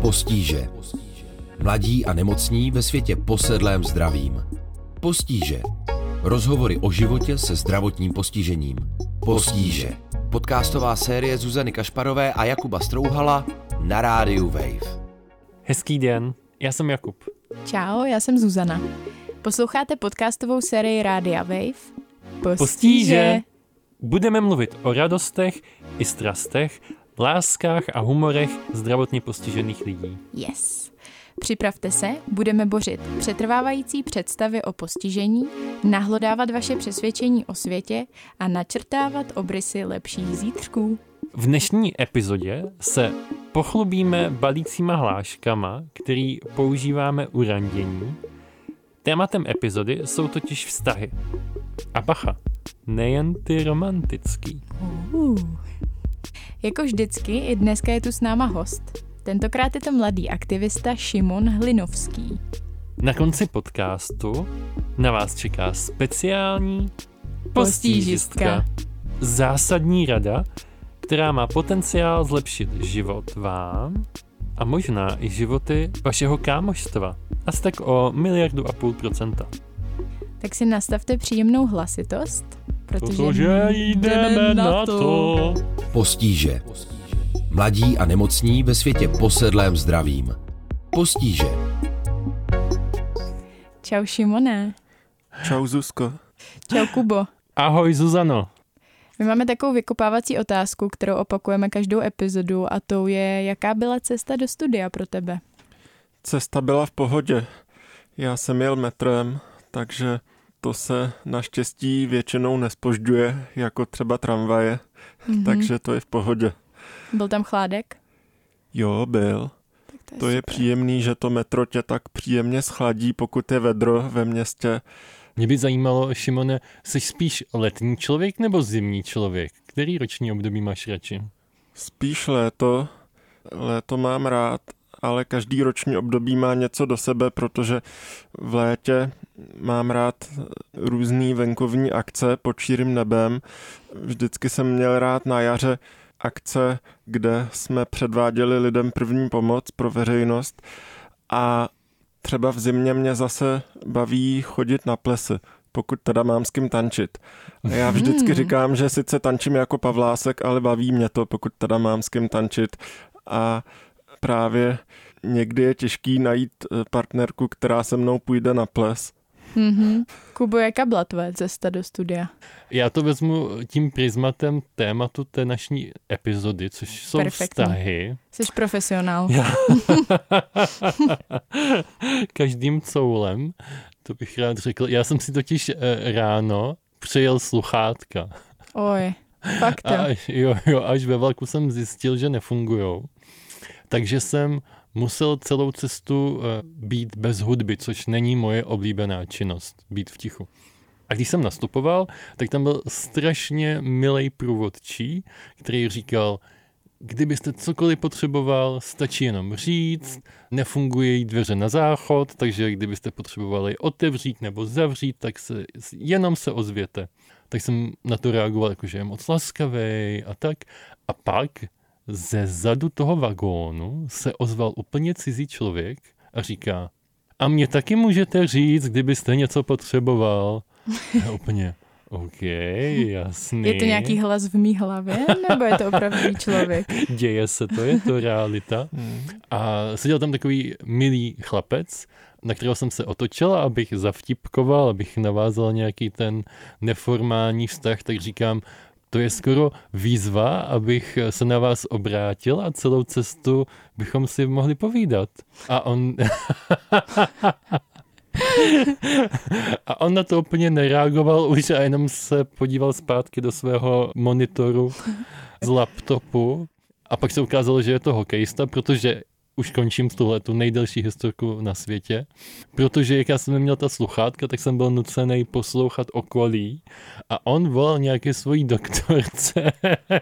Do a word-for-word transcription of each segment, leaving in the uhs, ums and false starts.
Postíže. Mladí a nemocní ve světě posedlém zdravím. Postíže. Rozhovory o životě se zdravotním postižením. Postíže. Podcastová série Zuzany Kašparové a Jakuba Strouhala na rádiu Wave. Hezký den, já jsem Jakub. Čau, já jsem Zuzana. Posloucháte podcastovou sérii Rádia Wave Postíže. Postíže. Budeme mluvit o radostech i strastech, láskách a humorech zdravotně postižených lidí. Yes. Připravte se, budeme bořit přetrvávající představy o postižení, nahlodávat vaše přesvědčení o světě a načrtávat obrysy lepších zítřků. V dnešní epizodě se pochlubíme balícíma hláškama, který používáme u randění. Tématem epizody jsou totiž vztahy. A bacha, nejen ty romantický. Uh. Jako vždycky, i dneska je tu s náma host. Tentokrát je to mladý aktivista Šimon Hlinovský. Na konci podcastu na vás čeká speciální postížistka. Zásadní rada, která má potenciál zlepšit život vám a možná i životy vašeho kámoštva. Asi tak o miliardu a půl procenta. Tak si nastavte příjemnou hlasitost, protože, protože jdeme na to. Postíže. Mladí a nemocní ve světě posedlém zdravím. Postíže. Čau Šimone. Čau Zuzko. Čau Kubo. Ahoj Zuzano. My máme takovou vykopávací otázku, kterou opakujeme každou epizodu, a tou je, jaká byla cesta do studia pro tebe? Cesta byla v pohodě. Já jsem jel metrem, takže to se naštěstí většinou nezpožďuje, jako třeba tramvaje, mm-hmm. takže to je v pohodě. Byl tam chládek? Jo, byl. Tak to je, to je příjemný, že to metro tě tak příjemně schladí, pokud je vedro ve městě. Mě by zajímalo, Šimone, jsi spíš letní člověk nebo zimní člověk? Který roční období máš radši? Spíš léto. Léto mám rád, ale každý roční období má něco do sebe, protože v létě mám rád různý venkovní akce pod širým nebem. Vždycky jsem měl rád na jaře akce, kde jsme předváděli lidem první pomoc pro veřejnost, a třeba v zimě mě zase baví chodit na plesy, pokud teda mám s kým tančit. A já vždycky říkám, že sice tančím jako Pavlásek, ale baví mě to, pokud teda mám s kým tančit. A právě někdy je těžký najít partnerku, která se mnou půjde na ples. Mm-hmm. Kubo, jaká byla tvoje cesta do studia? Já to vezmu tím prismatem tématu té naší epizody, což jsou Perfektní. Vztahy. Jsi profesionál. Já. Každým coulem, to bych rád řekl. Já jsem si totiž ráno přejel sluchátka. Oj, fakt jo. A, jo, jo, až ve vlaku jsem zjistil, že nefungujou. Takže jsem musel celou cestu být bez hudby, což není moje oblíbená činnost, být v tichu. A když jsem nastupoval, tak tam byl strašně milej průvodčí, který říkal, kdybyste cokoliv potřeboval, stačí jenom říct, nefungují dveře na záchod, takže kdybyste potřebovali otevřít nebo zavřít, tak se, jenom se ozvěte. Tak jsem na to reagoval, jakože je moc laskavej a tak. A pak ze zadu toho vagónu se ozval úplně cizí člověk a říká, a mě taky můžete říct, kdybyste něco potřeboval. A úplně, OK, jasný. Je to nějaký hlas v mý hlavě, nebo je to opravdový člověk? Děje se to, je to realita. A seděl tam takový milý chlapec, na kterého jsem se otočil, abych zavtipkoval, abych navázal nějaký ten neformální vztah, tak říkám, to je skoro výzva, abych se na vás obrátil a celou cestu bychom si mohli povídat. A on... a on na to úplně nereagoval už a jenom se podíval zpátky do svého monitoru z laptopu. A pak se ukázalo, že je to hokejista, protože už končím s tuhletu nejdelší historku na světě, protože jak já jsem měl ta sluchátka, tak jsem byl nucený poslouchat okolí a on volal nějaké svojí doktorce,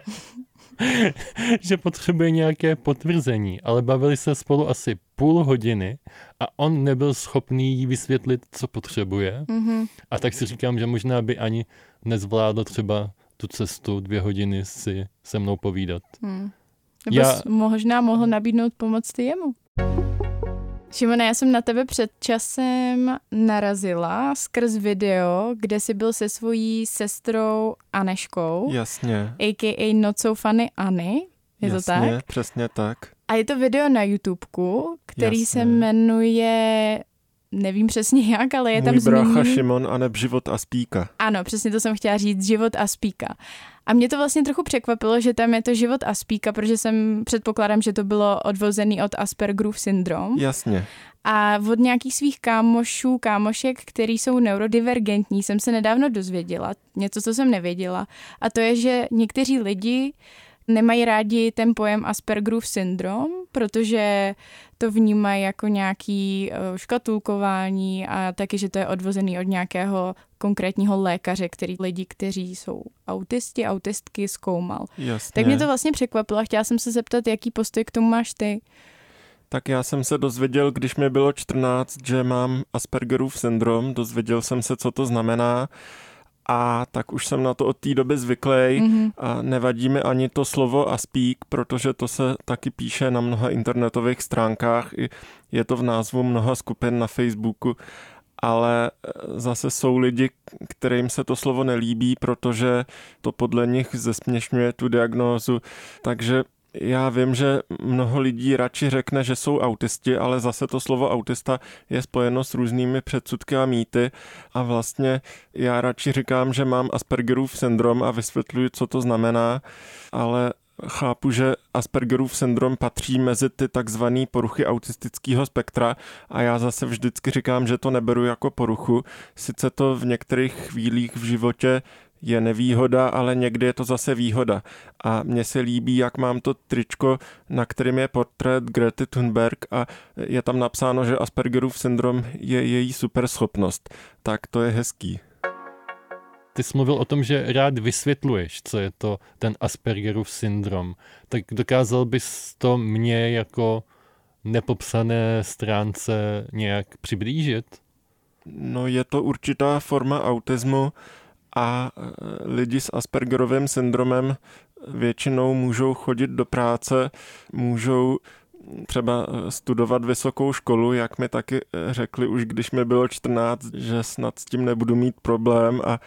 že potřebuje nějaké potvrzení, ale bavili se spolu asi půl hodiny a on nebyl schopný jí vysvětlit, co potřebuje. Mm-hmm. A tak si říkám, že možná by ani nezvládl třeba tu cestu dvě hodiny si se mnou povídat. Hmm. Nebo já... možná mohl nabídnout pomoc ty jemu. Šimone, já jsem na tebe před časem narazila skrz video, kde jsi byl se svojí sestrou Aneškou. Jasně. á ká á Not So Funny Anny. Je Jasně, to tak? Jasně, přesně tak. A je to video na YouTubeku, který Jasně. se jmenuje, nevím přesně jak, ale je Můj tam brácha zmíněný... Šimon a neb život a spíka. Ano, přesně to jsem chtěla říct, život a spíka. A mě to vlastně trochu překvapilo, že tam je to život a spíka, protože jsem předpokládám, že to bylo odvozený od Aspergerův syndrom. Jasně. A od nějakých svých kámošů, kámošek, který jsou neurodivergentní, jsem se nedávno dozvěděla, něco, co jsem nevěděla. A to je, že někteří lidi nemají rádi ten pojem Aspergerův syndrom, protože to vnímají jako nějaký škatulkování a taky, že to je odvozený od nějakého konkrétního lékaře, který lidi, kteří jsou autisti, autistky, zkoumal. Jasně. Tak mě to vlastně překvapilo a chtěla jsem se zeptat, jaký postoj k tomu máš ty? Tak já jsem se dozvěděl, když mi bylo čtrnáct, že mám Aspergerův syndrom, dozvěděl jsem se, co to znamená. A tak už jsem na to od té doby zvyklý mm-hmm. a nevadí mi ani to slovo a speak, protože to se taky píše na mnoha internetových stránkách, i je to v názvu mnoha skupin na Facebooku, ale zase jsou lidi, kterým se to slovo nelíbí, protože to podle nich zesměšňuje tu diagnózu, takže já vím, že mnoho lidí radši řekne, že jsou autisti, ale zase to slovo autista je spojeno s různými předsudky a mýty a vlastně já radši říkám, že mám Aspergerův syndrom a vysvětluji, co to znamená, ale chápu, že Aspergerův syndrom patří mezi ty takzvané poruchy autistického spektra a já zase vždycky říkám, že to neberu jako poruchu. Sice to v některých chvílích v životě je nevýhoda, ale někdy je to zase výhoda. A mně se líbí, jak mám to tričko, na kterém je portrét Grety Thunberg a je tam napsáno, že Aspergerův syndrom je její superschopnost. Tak to je hezký. Ty jsi mluvil o tom, že rád vysvětluješ, co je to ten Aspergerův syndrom. Tak dokázal bys to mně jako nepopsané stránce nějak přiblížit? No je to určitá forma autismu a lidi s Aspergerovým syndromem většinou můžou chodit do práce, můžou třeba studovat vysokou školu, jak mi taky řekli už, když mi bylo čtrnáct, že snad s tím nebudu mít problém a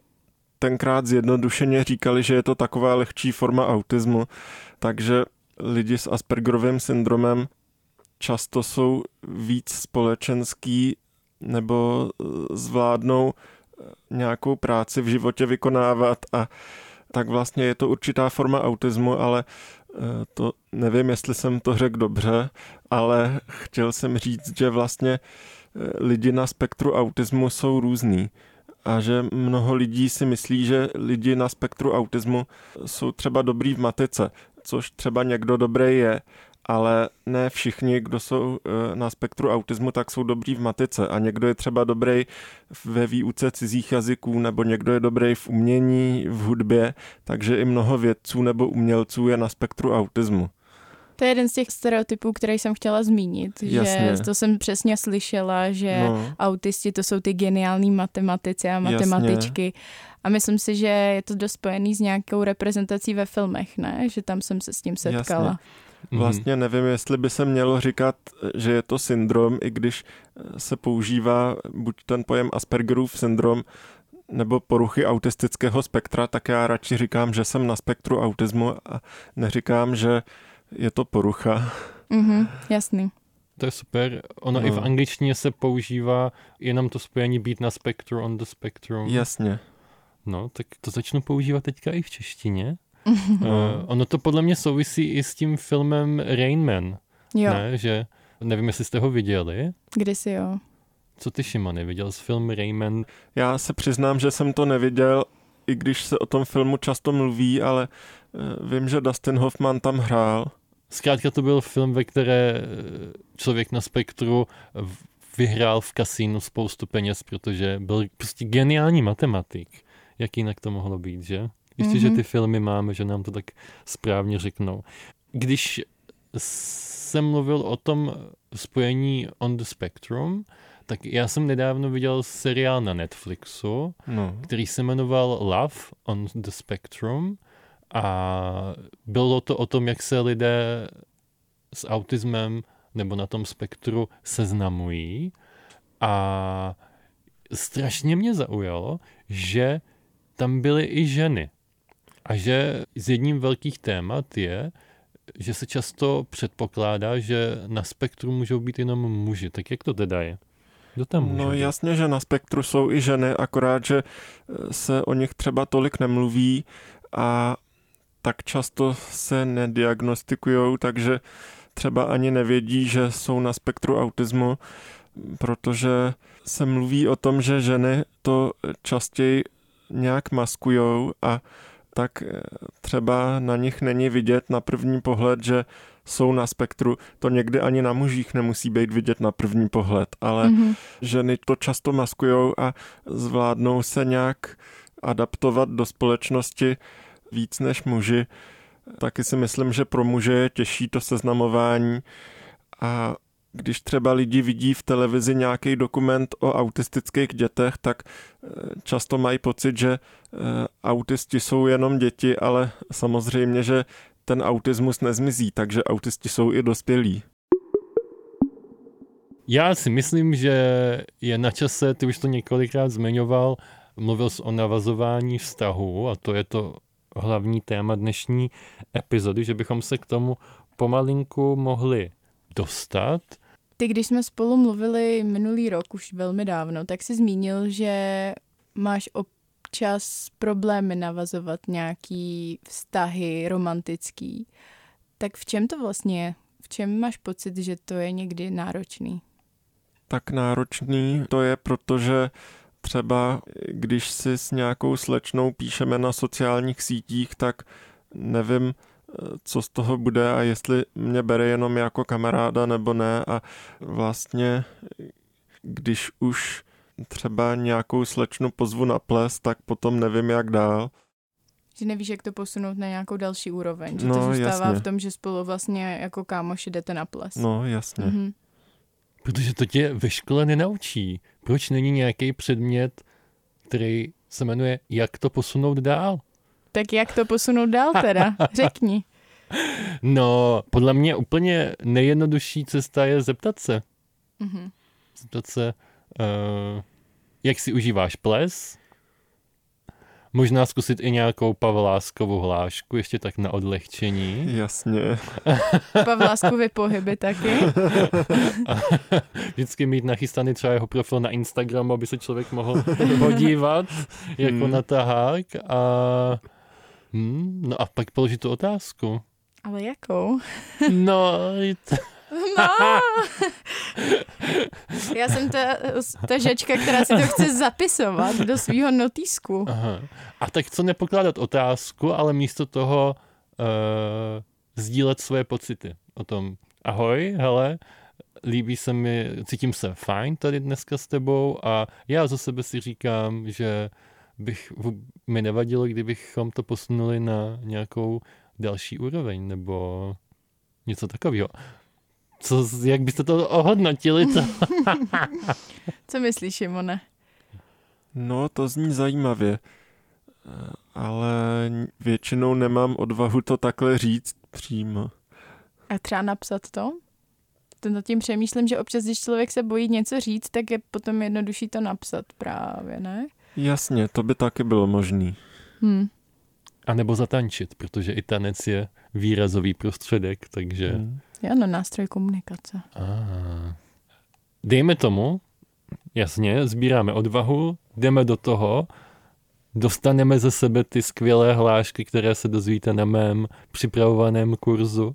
tenkrát zjednodušeně říkali, že je to taková lehčí forma autismu, takže lidi s Aspergerovým syndromem často jsou víc společenský nebo zvládnou nějakou práci v životě vykonávat a tak vlastně je to určitá forma autismu, ale to nevím, jestli jsem to řekl dobře, ale chtěl jsem říct, že vlastně lidi na spektru autismu jsou různý a že mnoho lidí si myslí, že lidi na spektru autismu jsou třeba dobrý v matice, což třeba někdo dobrý je, ale ne všichni, kdo jsou na spektru autismu, tak jsou dobrý v matice a někdo je třeba dobrý ve výuce cizích jazyků nebo někdo je dobrý v umění, v hudbě, takže i mnoho vědců nebo umělců je na spektru autismu. To je jeden z těch stereotypů, který jsem chtěla zmínit, Jasně. že to jsem přesně slyšela, že no. autisti to jsou ty geniální matematici a matematičky. Jasně. A myslím si, že je to dost spojený s nějakou reprezentací ve filmech, ne? Že tam jsem se s tím setkala. Jasně. Vlastně nevím, jestli by se mělo říkat, že je to syndrom, i když se používá buď ten pojem Aspergerův syndrom nebo poruchy autistického spektra, tak já radši říkám, že jsem na spektru autismu a neříkám, že je to porucha. Mhm, jasný. To je super. Ono no. i v angličtině se používá jenom to spojení být na spektru, on the spectrum. Jasně. No, tak to začnu používat teďka i v češtině. Uh, ono to podle mě souvisí i s tím filmem Rain Man. Jo. Ne, že nevím, jestli jste ho viděli. Kdysi jo. Co ty, Šimone, viděl jsi film Rain Man? Já se přiznám, že jsem to neviděl, i když se o tom filmu často mluví, ale uh, vím, že Dustin Hoffman tam hrál. Zkrátka to byl film, ve které člověk na spektru vyhrál v kasínu spoustu peněz, protože byl prostě geniální matematik. Jak jinak to mohlo být, že? Ještě, mm-hmm. že ty filmy máme, že nám to tak správně řeknou. Když jsem mluvil o tom spojení on the spectrum, tak já jsem nedávno viděl seriál na Netflixu, no. který se jmenoval Love on the Spectrum a bylo to o tom, jak se lidé s autismem nebo na tom spektru seznamují a strašně mě zaujalo, že tam byly i ženy. A že z jedním velkých témat je, že se často předpokládá, že na spektru můžou být jenom muži. Tak jak to teda je? Kdo tam může No být? jasně, že na spektru jsou i ženy, akorát, že se o nich třeba tolik nemluví a tak často se nediagnostikujou, takže třeba ani nevědí, že jsou na spektru autismu, protože se mluví o tom, že ženy to častěji nějak maskujou a tak třeba na nich není vidět na první pohled, že jsou na spektru. To někdy ani na mužích nemusí být vidět na první pohled, ale mm-hmm. ženy to často maskujou a zvládnou se nějak adaptovat do společnosti víc než muži. Taky si myslím, že pro muže je těžší to seznamování a když třeba lidi vidí v televizi nějaký dokument o autistických dětech, tak často mají pocit, že autisti jsou jenom děti, ale samozřejmě, že ten autismus nezmizí, takže autisti jsou i dospělí. Já si myslím, že je na čase, ty už to několikrát zmiňoval, mluvil jsi o navazování vztahu a to je to hlavní téma dnešní epizody, že bychom se k tomu pomalinku mohli dostat. Ty, když jsme spolu mluvili minulý rok, už velmi dávno, tak jsi zmínil, že máš občas problémy navazovat nějaký vztahy romantický. Tak v čem to vlastně je? V čem máš pocit, že to je někdy náročný? Tak náročný to je, protože třeba když si s nějakou slečnou píšeme na sociálních sítích, tak nevím, co z toho bude a jestli mě bere jenom jako kamaráda nebo ne a vlastně když už třeba nějakou slečnu pozvu na ples, tak potom nevím, jak dál. Že nevíš, jak to posunout na nějakou další úroveň, že to No, zůstává jasně. v tom, že spolu vlastně jako kámoši jdete na ples. No, jasně. Mhm. Protože to tě ve škole nenaučí. Proč není nějaký předmět, který se jmenuje Jak to posunout dál? Tak jak to posunout dál teda? Řekni. No, podle mě úplně nejjednodušší cesta je zeptat se. Mhm. Zeptat se, uh, jak si užíváš ples? Možná zkusit i nějakou Pavláskovou hlášku, ještě tak na odlehčení. Jasně. Pavláskovy pohyby taky. A vždycky mít nachystaný třeba jeho profil na Instagramu, aby se člověk mohl podívat jako Hmm. na tahák. A, hmm, no a pak položit tu otázku. Ale jakou? No, No. Já jsem ta, ta žečka, která si to chce zapisovat do svýho notýsku. aha. A tak co nepokládat otázku, ale místo toho uh, sdílet svoje pocity o tom. Ahoj, hele, líbí se mi, cítím se fajn tady dneska s tebou a já za sebe si říkám, že bych mi nevadilo, kdybychom to posunuli na nějakou další úroveň nebo něco takového. Co, jak byste to ohodnotili? To? Co myslíš, Šimone? No, to zní zajímavě, ale většinou nemám odvahu to takhle říct přímo. A třeba napsat to? To nad tím přemýšlím, že občas, když člověk se bojí něco říct, tak je potom jednodušší to napsat právě, ne? Jasně, to by taky bylo možný. Hm. A nebo zatančit, protože i tanec je výrazový prostředek, takže... Hmm. Jo, no, nástroj komunikace. Ah. Dejme tomu, jasně, sbíráme odvahu, jdeme do toho, dostaneme ze sebe ty skvělé hlášky, které se dozvíte na mém připravovaném kurzu.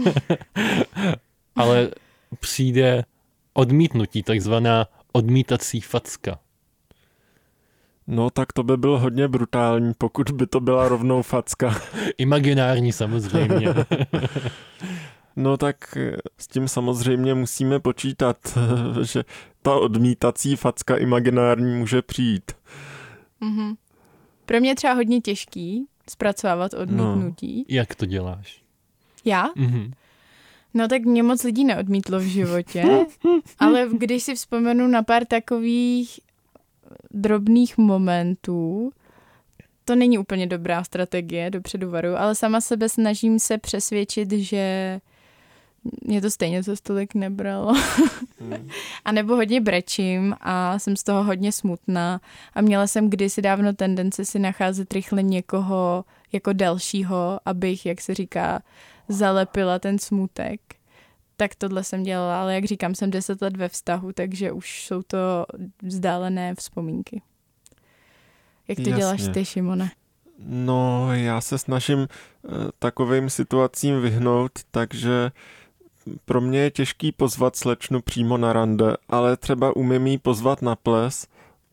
Ale přijde odmítnutí, takzvaná odmítací facka. No, tak to by bylo hodně brutální, pokud by to byla rovnou facka. Imaginární samozřejmě. No tak s tím samozřejmě musíme počítat, že ta odmítací facka imaginární může přijít. Mhm. Pro mě je třeba hodně těžký zpracovávat odmítnutí. Jak to děláš? Já? Mhm. No tak mě moc lidí neodmítlo v životě, ale když si vzpomenu na pár takových drobných momentů, to není úplně dobrá strategie, dopředu varuju, ale sama sebe snažím se přesvědčit, že mě to stejně to stolik nebralo. hmm. A nebo hodně brečím a jsem z toho hodně smutná a měla jsem kdysi dávno tendenci si nacházet rychle někoho jako dalšího, abych, jak se říká, zalepila ten smutek. Tak tohle jsem dělala, ale jak říkám, jsem deset let ve vztahu, takže už jsou to vzdálené vzpomínky. Jak to Jasně. děláš ty, Šimone? No, já se snažím uh, takovým situacím vyhnout, takže pro mě je těžký pozvat slečnu přímo na rande, ale třeba umím jí pozvat na ples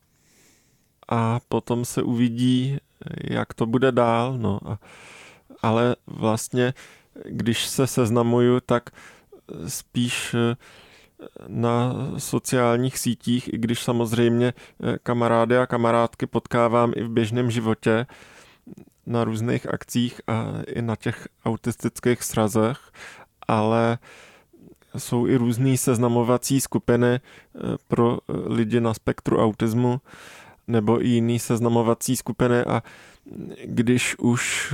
a potom se uvidí, jak to bude dál. No. A, ale vlastně, když se seznamuju, tak spíš na sociálních sítích, i když samozřejmě kamarády a kamarádky potkávám i v běžném životě na různých akcích a i na těch autistických srazech, ale jsou i různý seznamovací skupiny pro lidi na spektru autismu nebo i jiný seznamovací skupiny a když už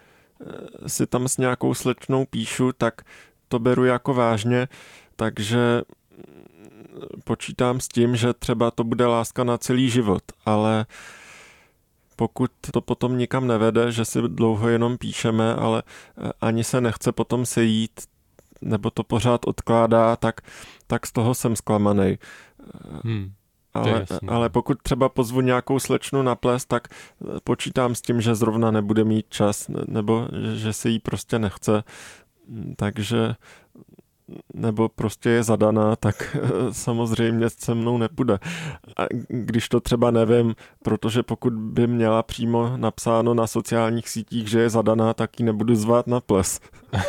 si tam s nějakou slečnou píšu, tak to beru jako vážně, takže počítám s tím, že třeba to bude láska na celý život, ale pokud to potom nikam nevede, že si dlouho jenom píšeme, ale ani se nechce potom sejít, nebo to pořád odkládá, tak, tak z toho jsem zklamanej. Hmm, ale, ale pokud třeba pozvu nějakou slečnu na ples, tak počítám s tím, že zrovna nebude mít čas, nebo že se jí prostě nechce, takže nebo prostě je zadaná, tak samozřejmě se mnou nepůjde. A když to třeba nevím, protože pokud by měla přímo napsáno na sociálních sítích, že je zadaná, tak ji nebudu zvát na ples.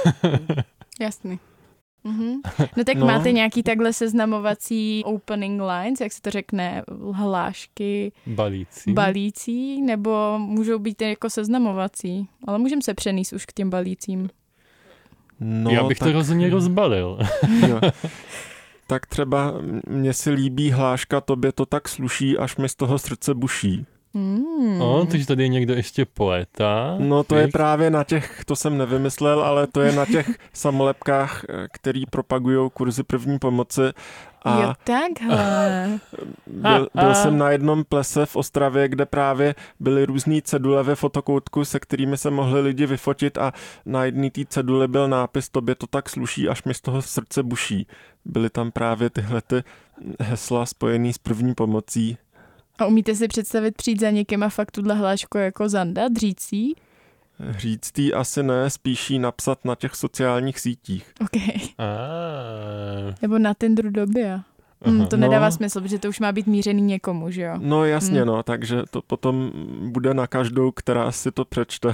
Jasný. Mhm. No tak no. Máte nějaký takhle seznamovací opening lines, jak se to řekne, hlášky? Balící. Balící, nebo můžou být jako seznamovací, ale můžeme se přenést už k těm balícím. No, já bych tak, to rozhodně rozbalil. Jo. Tak třeba mně si líbí hláška, tobě to tak sluší, až mi z toho srdce buší. Mm. O, takže tady je někdo ještě poeta. No to je právě na těch, to jsem nevymyslel, ale to je na těch samolepkách, který propagujou kurzy první pomoci. A jo, takhle. Byl, byl jsem na jednom plese v Ostravě, kde právě byly různý cedule ve fotokoutku, se kterými se mohli lidi vyfotit a na jedné té cedule byl nápis tobě to tak sluší, až mi z toho srdce buší. Byly tam právě tyhle ty hesla spojený s první pomocí. A umíte si představit přijít za někým a fakt tuhle hlášku jako Zanda, dřící? Říct tý asi ne, spíš jí napsat na těch sociálních sítích. OK. Ah. Nebo na Tinderu době. Hmm, to nedává no. smysl, protože to už má být mířený někomu, že jo? No jasně, hmm. no, takže to potom bude na každou, která si to přečte.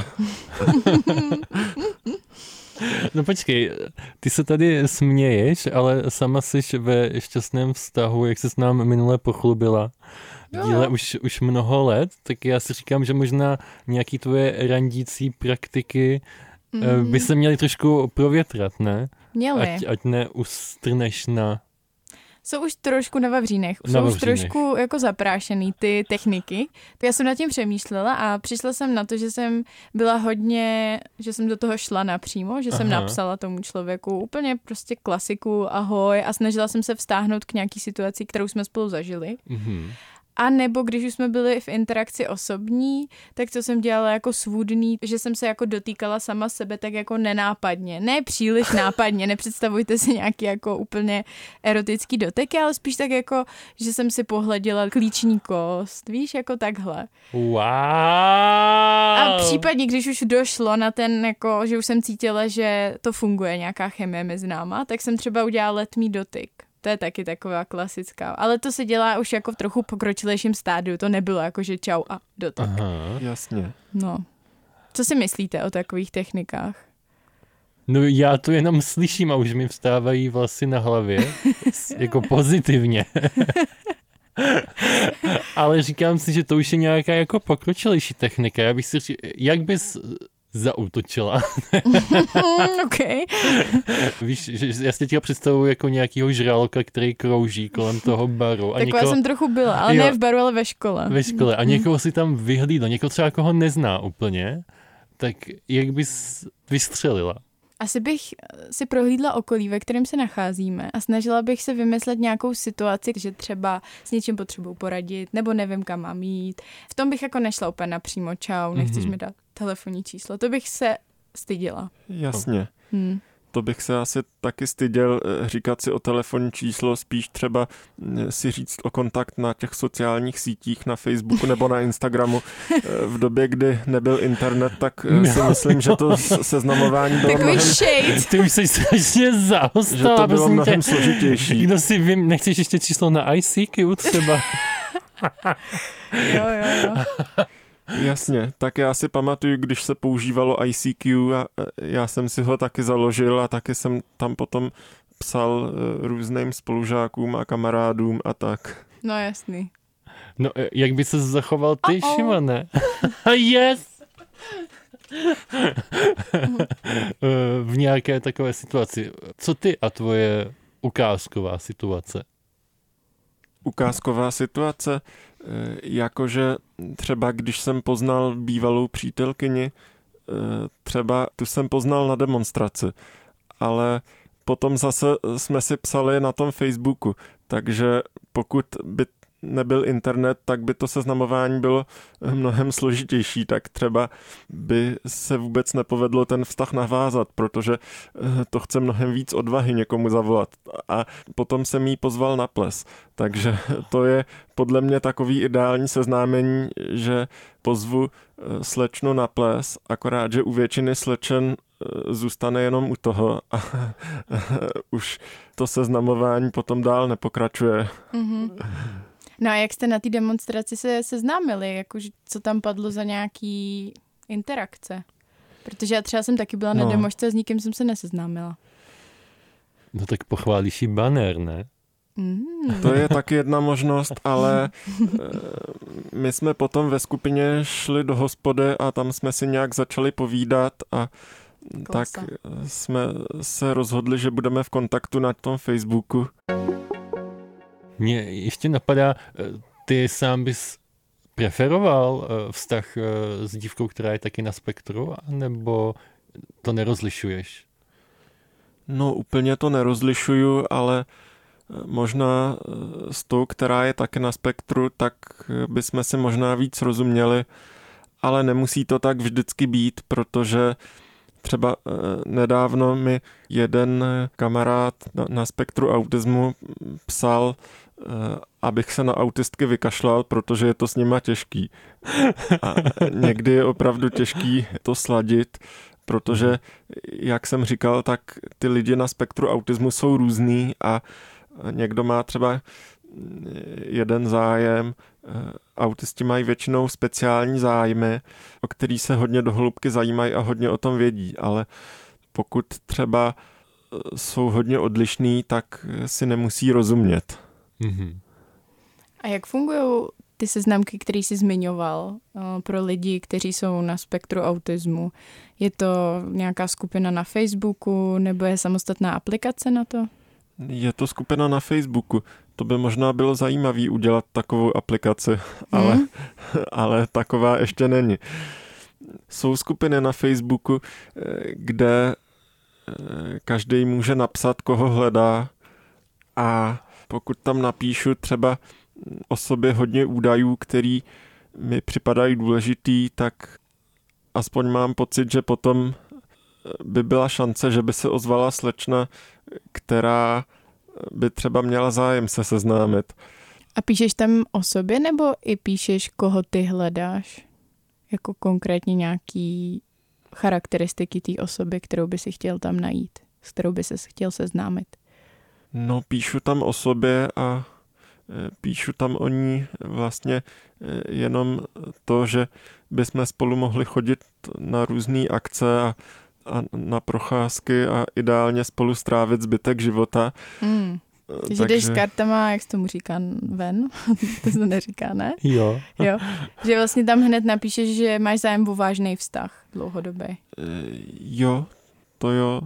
No počkej, ty se tady směješ, ale sama jsi ve šťastném vztahu, jak jsi s nám minule pochlubila. Díle už, už mnoho let, tak já si říkám, že možná nějaký tvoje randící praktiky mm. by se měly trošku provětrat, ne? Měly. Ať, ať neustrneš na... Jsou už trošku na vavřínech, jsou na už trošku jako zaprášený ty techniky. Tak já jsem nad tím přemýšlela a přišla jsem na to, že jsem byla hodně, že jsem do toho šla napřímo, že Aha. jsem napsala tomu člověku úplně prostě klasiku, ahoj a snažila jsem se vztáhnout k nějaký situaci, kterou jsme spolu zažili. Mhm. A nebo když už jsme byli v interakci osobní, tak co jsem dělala jako svůdný, že jsem se jako dotýkala sama sebe tak jako nenápadně. Ne příliš nápadně, nepředstavujte si nějaký jako úplně erotický doteky, ale spíš tak jako, že jsem si pohleděla klíční kost, víš, jako takhle. Wow! A případně, když už došlo na ten, jako, že už jsem cítila, že to funguje, nějaká chemie mezi náma, tak jsem třeba udělala letmý dotyk. To je taky taková klasická. Ale to se dělá už jako v trochu pokročilejším stádiu. To nebylo jako, že čau a dotyk. Aha. Jasně. No. Co si myslíte o takových technikách? No já to jenom slyším a už mi vstávají vlasy na hlavě. Jako pozitivně. Ale říkám si, že to už je nějaká jako pokročilejší technika. Já bych si říkal, jak bys zaútočila. OK. Víš, že já si teďka představuji jako nějakýho žraloka, který krouží kolem toho baru. A Taková někoho... jsem trochu byla, ale jo, ne v baru, ale ve škole. Ve škole. A někoho si tam vyhlídl, někoho třeba koho nezná úplně, tak jak bys vystřelila? Asi bych si prohlídla okolí, ve kterém se nacházíme a snažila bych se vymyslet nějakou situaci, že třeba s něčím potřebuji poradit, nebo nevím, kam mám jít. V tom bych jako nešla úplně napřímo, čau, nechceš mm-hmm. mi dát telefonní číslo. To bych se styděla. Jasně. Hmm. To bych se asi taky styděl říkat si o telefonní číslo, spíš třeba si říct o kontakt na těch sociálních sítích, na Facebooku nebo na Instagramu. V době, kdy nebyl internet, tak si myslím, že to seznamování bylo Takový mnohem... shade. Ty už jsi strašně zaostala. Že to bylo mnohem tě, složitější. Kdo si vím, nechceš ještě číslo na I C Q třeba? Jo, jo, jo. Jasně, tak já si pamatuju, když se používalo I C Q a já jsem si ho taky založil a taky jsem tam potom psal různým spolužákům a kamarádům a tak. No jasný. No, jak by se zachoval ty, Uh-oh. Šimone? Yes! V nějaké takové situaci. Co ty a tvoje ukázková situace? Ukázková situace, jakože třeba když jsem poznal bývalou přítelkyni, třeba tu jsem poznal na demonstraci, ale potom zase jsme si psali na tom Facebooku, takže pokud by nebyl internet, tak by to seznamování bylo mnohem složitější, tak třeba by se vůbec nepovedlo ten vztah navázat, protože to chce mnohem víc odvahy někomu zavolat. A potom jsem jí pozval na ples. Takže to je podle mě takový ideální seznámení, že pozvu slečnu na ples, akorát, že u většiny slečen zůstane jenom u toho a už to seznamování potom dál nepokračuje. Mm-hmm. No a jak jste na té demonstraci se seznámili? Jako, co tam padlo za nějaký interakce? Protože já třeba jsem taky byla no. na demošce a s nikým jsem se neseznámila. No tak pochválíš jí banner, ne? Mm. To je taky jedna možnost, ale my jsme potom ve skupině šli do hospody a tam jsme si nějak začali povídat a Klasa. Tak jsme se rozhodli, že budeme v kontaktu na tom Facebooku. Mně ještě napadá, ty sám bys preferoval vztah s dívkou, která je taky na spektru, nebo to nerozlišuješ? No úplně to nerozlišuju, ale možná s tou, která je taky na spektru, tak bychom si možná víc rozuměli, ale nemusí to tak vždycky být, protože třeba nedávno mi jeden kamarád na, na spektru autismu psal, abych se na autistky vykašlal, protože je to s nima těžký. A někdy je opravdu těžký to sladit, protože, jak jsem říkal, tak ty lidi na spektru autismu jsou různý a někdo má třeba jeden zájem, autisti mají většinou speciální zájmy, o který se hodně do hloubky zajímají a hodně o tom vědí, ale pokud třeba jsou hodně odlišný, tak si nemusí rozumět. Mm-hmm. A jak fungují ty seznamky, které jsi zmiňoval pro lidi, kteří jsou na spektru autismu? Je to nějaká skupina na Facebooku nebo je samostatná aplikace na to? Je to skupina na Facebooku. To by možná bylo zajímavé udělat takovou aplikaci, ale, hmm. ale taková ještě není. Jsou skupiny na Facebooku, kde každý může napsat, koho hledá, a pokud tam napíšu třeba o sobě hodně údajů, který mi připadají důležitý, tak aspoň mám pocit, že potom by byla šance, že by se ozvala slečna, která by třeba měla zájem se seznámit. A píšeš tam o sobě, nebo i píšeš, koho ty hledáš? Jako konkrétně nějaký charakteristiky té osoby, kterou by si chtěl tam najít, s kterou by se chtěl seznámit? No, píšu tam o sobě a píšu tam o ní vlastně jenom to, že bychom spolu mohli chodit na různé akce a, a na procházky a ideálně spolu strávit zbytek života. Mm. Takže jdeš s kartama, jak se tomu říká, ven? To se neříká, ne? Jo. jo. Že vlastně tam hned napíšeš, že máš zájem o vážný vztah dlouhodobý. Jo, to jo.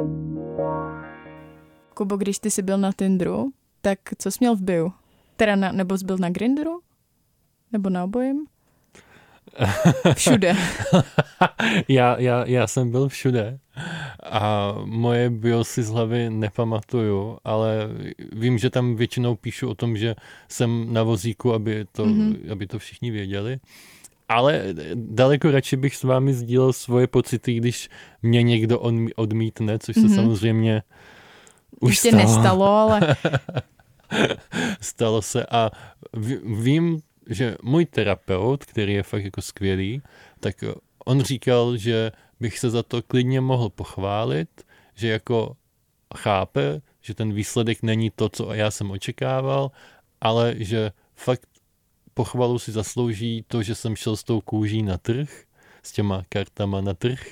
Kubo, když ty jsi byl na Tinderu, tak co jsi měl v bio? Teda na, nebo jsi byl na Grindru? Nebo na obojem? Všude. já, já, já jsem byl všude. A moje bio si z hlavy nepamatuju, ale vím, že tam většinou píšu o tom, že jsem na vozíku, aby to, mm-hmm. aby to všichni věděli. Ale daleko radši bych s vámi sdílel svoje pocity, když mě někdo odmítne, což se mm-hmm. samozřejmě už Ještě stalo. nestalo, ale... Stalo se a vím, že můj terapeut, který je fakt jako skvělý, tak on říkal, že bych se za to klidně mohl pochválit, že jako chápe, že ten výsledek není to, co já jsem očekával, ale že fakt pochvalu si zaslouží to, že jsem šel s tou kůží na trh, s těma kartama na trh.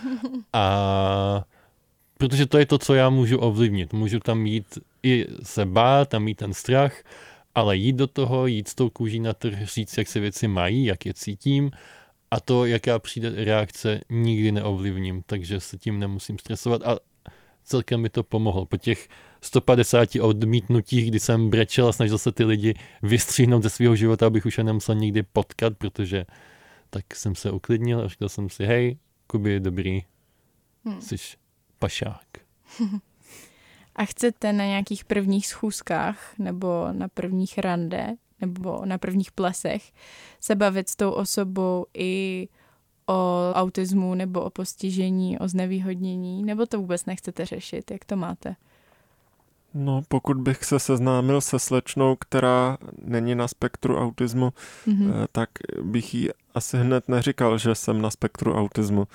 A protože to je to, co já můžu ovlivnit. Můžu tam jít i se bát, tam mít ten strach, ale jít do toho, jít s tou kůží na trh, říct, jak se věci mají, jak je cítím a to, jaká přijde reakce, nikdy neovlivním, takže se tím nemusím stresovat a celkem mi to pomohlo. Po těch sto padesáti odmítnutích, kdy jsem brečel a snažil se ty lidi vystříhnout ze svého života, abych už je nemusel nikdy potkat, protože tak jsem se uklidnil a říkal jsem si, hej, Kubi, dobrý, hmm. jsi pašák. A chcete na nějakých prvních schůzkách nebo na prvních rande nebo na prvních plesech se bavit s tou osobou i o autismu nebo o postižení, o znevýhodnění, nebo to vůbec nechcete řešit? Jak to máte? No, pokud bych se seznámil se slečnou, která není na spektru autismu, mm-hmm. tak bych jí asi hned neříkal, že jsem na spektru autismu.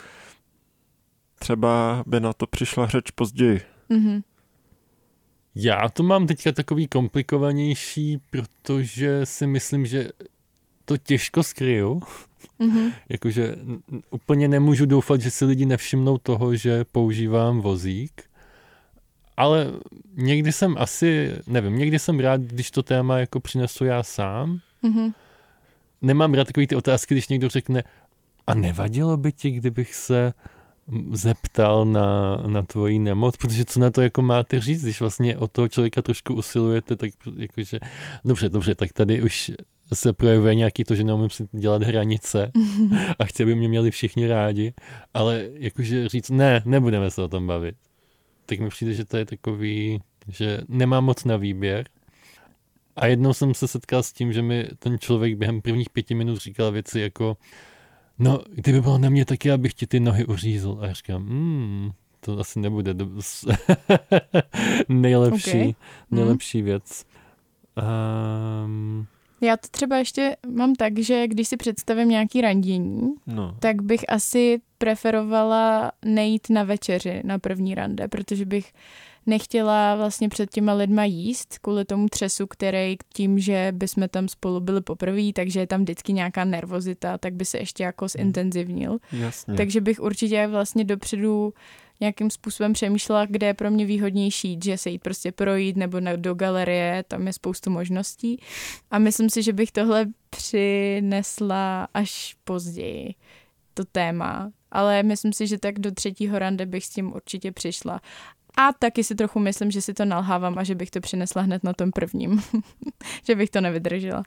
Třeba by na to přišla řeč později. Mm-hmm. Já to mám teďka takový komplikovanější, protože si myslím, že to těžko skryju. Mm-hmm. Jakože úplně nemůžu doufat, že si lidi nevšimnou toho, že používám vozík. Ale někdy jsem asi, nevím, někdy jsem rád, když to téma jako přinesu já sám. Mm-hmm. Nemám rád takový ty otázky, když někdo řekne, a nevadilo by ti, kdybych se zeptal na, na tvoji nemoc, protože co na to jako máte říct, když vlastně o toho člověka trošku usilujete, tak jakože, dobře, dobře, tak tady už se projevuje nějaký to, že neumím si dělat hranice a chci, aby mě měli všichni rádi, ale jakože říct, ne, nebudeme se o tom bavit. Tak mi přijde, že to je takový, že nemám moc na výběr. A jednou jsem se setkal s tím, že mi ten člověk během prvních pěti minut říkal věci jako, no, kdyby bylo na mě taky, abych ti ty nohy uřízl. A já říkám, hmm, to asi nebude do... nejlepší, okay. nejlepší hmm. věc. Um... Já to třeba ještě mám tak, že když si představím nějaký randění, no. tak bych asi preferovala nejít na večeři, na první rande, protože bych nechtěla vlastně před těma lidma jíst kvůli tomu třesu, který tím, že bychom tam spolu byli poprvé, takže je tam vždycky nějaká nervozita, tak by se ještě jako zintenzivnil. Jasně. Takže bych určitě vlastně dopředu nějakým způsobem přemýšlela, kde je pro mě výhodnější, že se jít prostě projít nebo do galerie, tam je spoustu možností. A myslím si, že bych tohle přinesla až později, to téma. Ale myslím si, že tak do třetího rande bych s tím určitě přišla. A taky si trochu myslím, že si to nalhávám a že bych to přinesla hned na tom prvním. Že bych to nevydržela.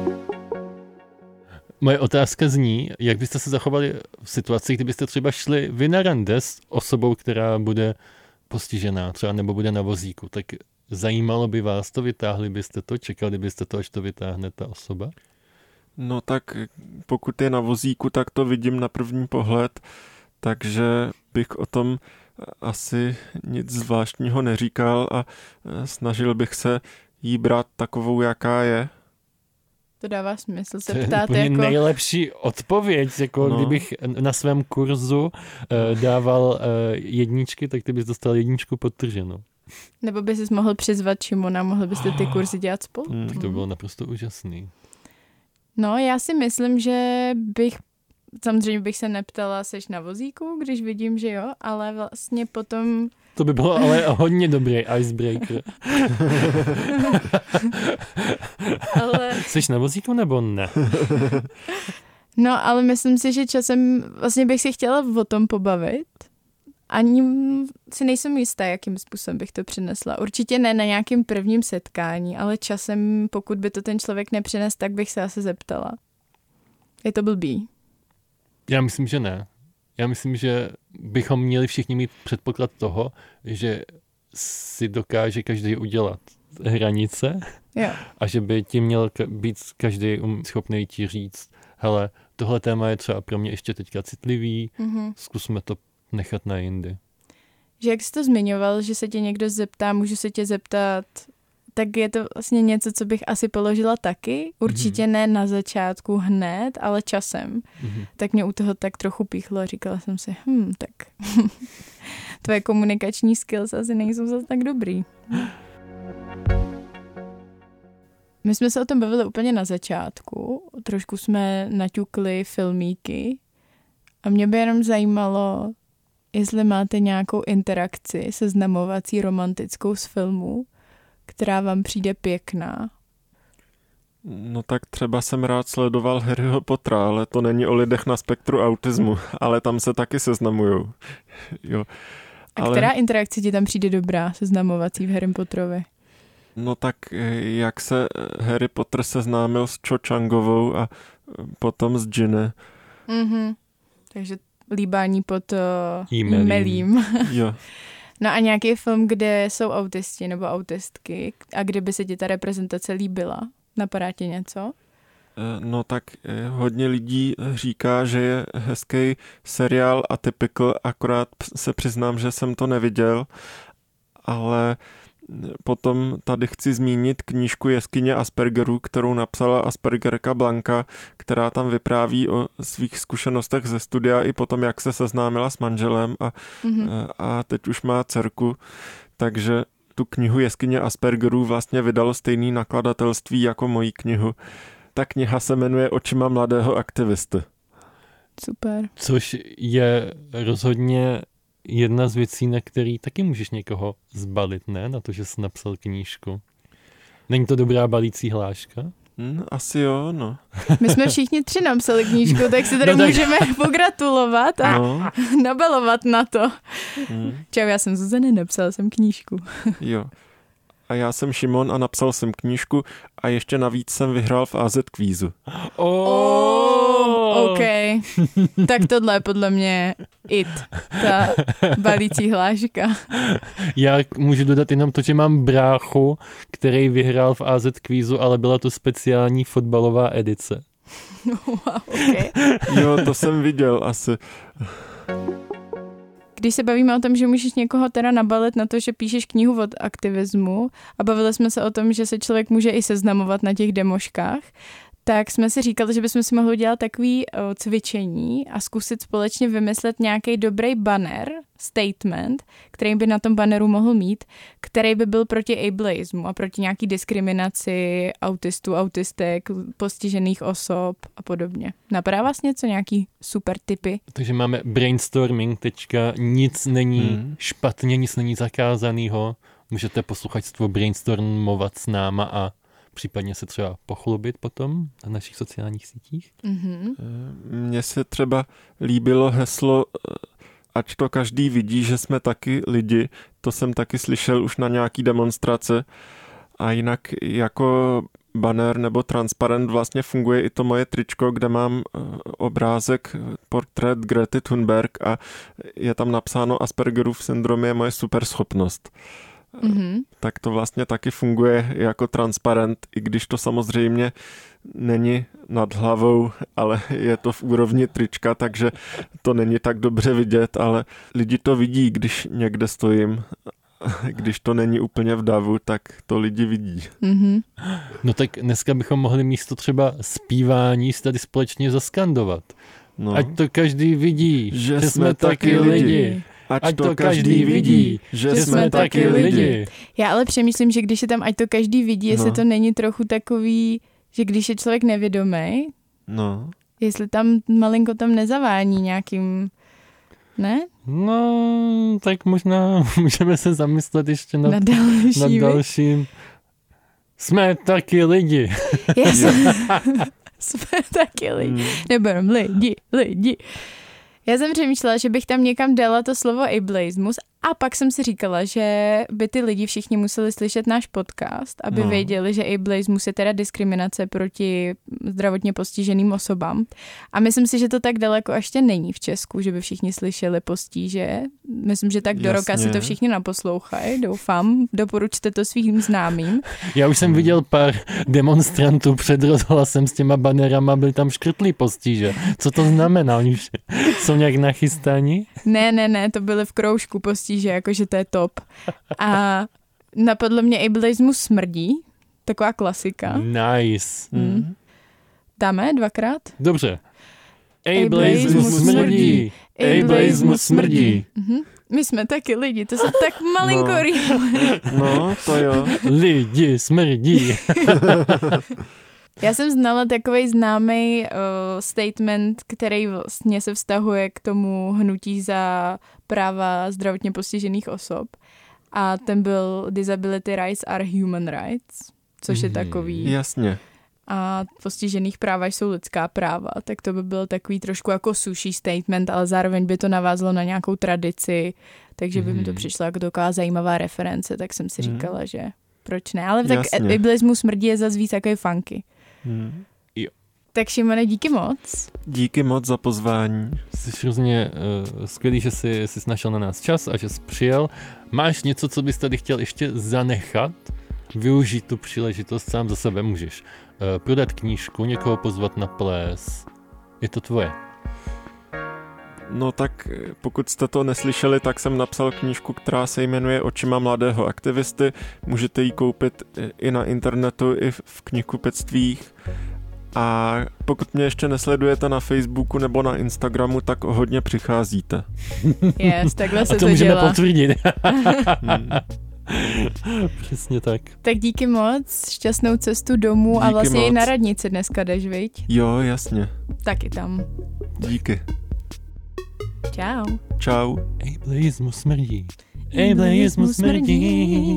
Moje otázka zní, jak byste se zachovali v situaci, kdybyste třeba šli vy na rande s osobou, která bude postižená třeba nebo bude na vozíku, tak zajímalo by vás to, vytáhli byste to, čekali byste to, až to vytáhne ta osoba? No tak pokud je na vozíku, tak to vidím na první pohled, takže bych o tom asi nic zvláštního neříkal a snažil bych se jí brát takovou, jaká je. To dává smysl se to je ptát úplně jako... nejlepší odpověď, jako no. Kdybych na svém kurzu uh, dával uh, jedničky, tak ty bys dostal jedničku podtrženou. Nebo bys si mohl přizvat Šimona, mohli byste ty kurzy dělat spolu. Hmm. Tak to bylo naprosto úžasný. No, já si myslím, že bych, samozřejmě bych se neptala, seš na vozíku, když vidím, že jo, ale vlastně potom... To by bylo ale hodně dobrý icebreaker. ale... Seš na vozíku nebo ne? No, ale myslím si, že časem vlastně bych si chtěla o tom pobavit. Ani si nejsem jistá, jakým způsobem bych to přinesla. Určitě ne na nějakém prvním setkání, ale časem, pokud by to ten člověk nepřines, tak bych se asi zeptala. Je to blbý? Já myslím, že ne. já myslím, že bychom měli všichni mít předpoklad toho, že si dokáže každý udělat hranice Jo. a že by ti měl být každý schopný ti říct, hele, tohle téma je třeba pro mě ještě teďka citlivý, mm-hmm. zkusme to nechat na jindy. Že jak jsi to zmiňoval, že se tě někdo zeptá, můžu se tě zeptat, tak je to vlastně něco, co bych asi položila taky. Určitě mm-hmm. ne na začátku hned, ale časem. Mm-hmm. Tak mě u toho tak trochu píchlo a říkala jsem si, hm, tak tvoje komunikační skills asi nejsou zase tak dobrý. My jsme se o tom bavili úplně na začátku. Trošku jsme naťukli filmíky a mě by jenom zajímalo, jestli máte nějakou interakci seznamovací romantickou z filmu, která vám přijde pěkná. No tak třeba jsem rád sledoval Harryho Pottera, ale to není o lidech na spektru autismu, ale tam se taky seznamujou. Jo. A ale... která interakce ti tam přijde dobrá seznamovací v Harry Potterovi? No tak jak se Harry Potter seznámil s Cho Changovou a potom s Ginny. Mhm. Takže líbání pod uh, e-mailím. e-mailím. Jo. No a nějaký film, kde jsou autisti nebo autistky a kde by se ti ta reprezentace líbila? Napadá ti něco? No tak hodně lidí říká, že je hezký seriál Atypical, akorát se přiznám, že jsem to neviděl, ale potom tady chci zmínit knížku Jeskyně Aspergerů, kterou napsala Aspergerka Blanka, která tam vypráví o svých zkušenostech ze studia i potom, jak se seznámila s manželem a, mm-hmm. a teď už má dcerku, takže tu knihu Jeskyně Aspergerů vlastně vydalo stejný nakladatelství jako moji knihu. Ta kniha se jmenuje Očima mladého aktivisty. Super. Což je rozhodně jedna z věcí, na který taky můžeš někoho zbalit, ne? Na to, že jsi napsal knížku. Není to dobrá balící hláška? Hmm, asi jo, no. My jsme všichni tři napsali knížku, tak si tady no tak... můžeme pogratulovat a no. nabalovat na to. Hmm. Čau, já jsem Zuzana, napsal jsem knížku. Jo. A já jsem Šimon a napsal jsem knížku a ještě navíc jsem vyhrál v á zet kvízu. Oh, OK. Tak tohle je podle mě it, ta balící hláška. Já můžu dodat jenom to, že mám bráchu, který vyhrál v á zet kvízu, ale byla to speciální fotbalová edice. Wow, okay. Jo, to jsem viděl asi. Když se bavíme o tom, že můžeš někoho teda nabalit na to, že píšeš knihu od aktivismu a bavili jsme se o tom, že se člověk může i seznamovat na těch demoškách, tak jsme si říkali, že bychom si mohli udělat takový o, cvičení a zkusit společně vymyslet nějaký dobrý banner, statement, který by na tom banneru mohl mít, který by byl proti ableismu a proti nějaký diskriminaci autistů, autistek, postižených osob a podobně. Napadá vás něco, nějaký super tipy? Takže máme brainstorming, tečka, nic není hmm. špatně, nic není zakázanýho. Můžete posluchačstvo brainstormovat s náma a případně se třeba pochlubit potom na našich sociálních sítích. Mm-hmm. Mně se třeba líbilo heslo ať to každý vidí, že jsme taky lidi. To jsem taky slyšel už na nějaký demonstrace. A jinak jako banner nebo transparent vlastně funguje i to moje tričko, kde mám obrázek, portrét Grety Thunberg a je tam napsáno Aspergerův syndrom je moje superschopnost. Mm-hmm. Tak to vlastně taky funguje jako transparent, i když to samozřejmě není nad hlavou, ale je to v úrovni trička, takže to není tak dobře vidět, ale lidi to vidí, když někde stojím. Když to není úplně v davu, tak to lidi vidí. Mm-hmm. No tak dneska bychom mohli místo třeba zpívání tady společně zaskandovat. No. Ať to každý vidí, že, že jsme taky lidi. lidi. Ať, ať to každý vidí, že, že jsme taky lidi. Já ale přemýšlím, že když je tam ať to každý vidí, jestli no. to není trochu takový, že když je člověk nevědomý, no. jestli tam malinko tam nezavání nějakým, ne? No, tak možná můžeme se zamyslet ještě nad, nad, nad dalším. Jsme taky lidi. Yes. Jsme taky lidi. Hmm. Nebo lidi, lidi. Já jsem přemýšlela, že bych tam někam dala to slovo ableismus, A pak jsem si říkala, že by ty lidi všichni museli slyšet náš podcast, aby no. věděli, že ableismus je teda diskriminace proti zdravotně postiženým osobám. A myslím si, že to tak daleko ještě není v Česku, že by všichni slyšeli postíže. Myslím, že tak do Jasně. roka si to všichni naposlouchají, doufám. Doporučte to svým známým. Já už jsem viděl pár demonstrantů před rozhlasem s těma banerama, byli tam škrtlí postíže. Co to znamená? Oni už jsou nějak nachystáni? Ne, ne, ne, to byly v kroužku postíže, jakože to je top. A napadlo mě ableismus smrdí, taková klasika. Nice. Hmm. Dáme dvakrát? Dobře. Ableismus Ableismus smrdí. Ableismus smrdí. Mhm. My jsme taky lidi, to se tak malinko No. rýmuje. No, to jo. Lidi smrdí. Já jsem znala takovej známý uh, statement, který vlastně se vztahuje k tomu hnutí za práva zdravotně postižených osob. A ten byl Disability rights are human rights, což je takový... Jasně. A postižených práva jsou lidská práva, tak to by byl takový trošku jako suší statement, ale zároveň by to navázlo na nějakou tradici, takže by mi to přišlo jako taková zajímavá reference, tak jsem si říkala, že proč ne, ale tak Jasně. ableismus smrdí je zase víc takový funky. Hmm. Tak Šimone, díky moc. Díky moc za pozvání. Jsi hrozně uh, skvělý, že jsi, jsi našel na nás čas a že jsi přijel. Máš něco, co bys tady chtěl ještě zanechat? Využít tu příležitost, sám za sebe můžeš. Uh, prodat knížku, někoho pozvat na ples. Je to tvoje. No tak pokud jste to neslyšeli, tak jsem napsal knížku, která se jmenuje Očima mladého aktivisty. Můžete ji koupit i na internetu, i v knihkupectvích. A pokud mě ještě nesledujete na Facebooku nebo na Instagramu, tak o hodně přicházíte. Yes, takhle se a to, to můžeme dělá. potvrdit. Hmm. Přesně tak. Tak díky moc, šťastnou cestu domů a Díky vlastně moc. i na radnici dneska jdeš, viď? Jo, jasně. Taky tam. Díky. Čau. Čau. Ableismus smrdí. Ableismus smrdí.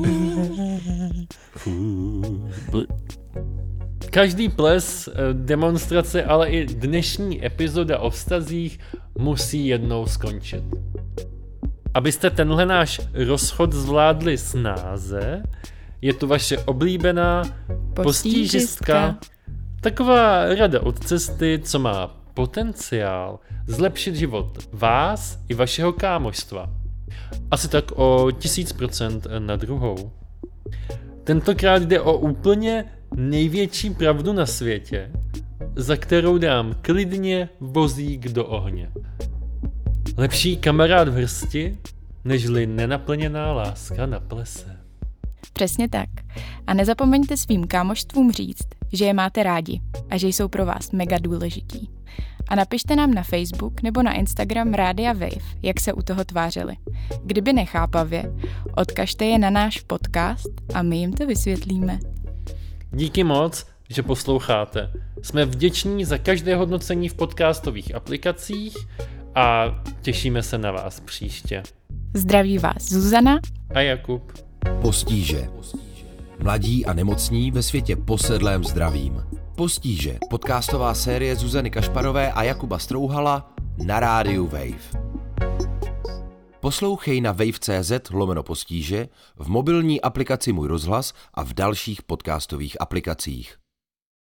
Fů. Bl- Každý ples, demonstrace, ale i dnešní epizoda o vztazích musí jednou skončit. Abyste tenhle náš rozchod zvládli snáze, je tu vaše oblíbená postížistka. Taková rada od cesty, co má potenciál zlepšit život vás i vašeho kámoštva. Asi tak o tisíc procent na druhou. Tentokrát jde o úplně největší pravdu na světě, za kterou dám klidně vozík do ohně. Lepší kamarád v hrsti, nežli nenaplněná láska na plese. Přesně tak. A nezapomeňte svým kámošstvům říct, že je máte rádi a že jsou pro vás mega důležití. A napište nám na Facebook nebo na Instagram Rádia Wave, jak se u toho tvářili. Kdyby nechápavě, odkažte je na náš podcast a my jim to vysvětlíme. Díky moc, že posloucháte. Jsme vděční za každé hodnocení v podcastových aplikacích a těšíme se na vás příště. Zdraví vás Zuzana A Jakub. Postíže. Mladí a nemocní ve světě posedlém zdravím. Postíže. Podcastová série Zuzany Kašparové a Jakuba Strouhala na rádiu Wave. Poslouchej na wave.cz lomeno postíže, v mobilní aplikaci Můj rozhlas a v dalších podcastových aplikacích.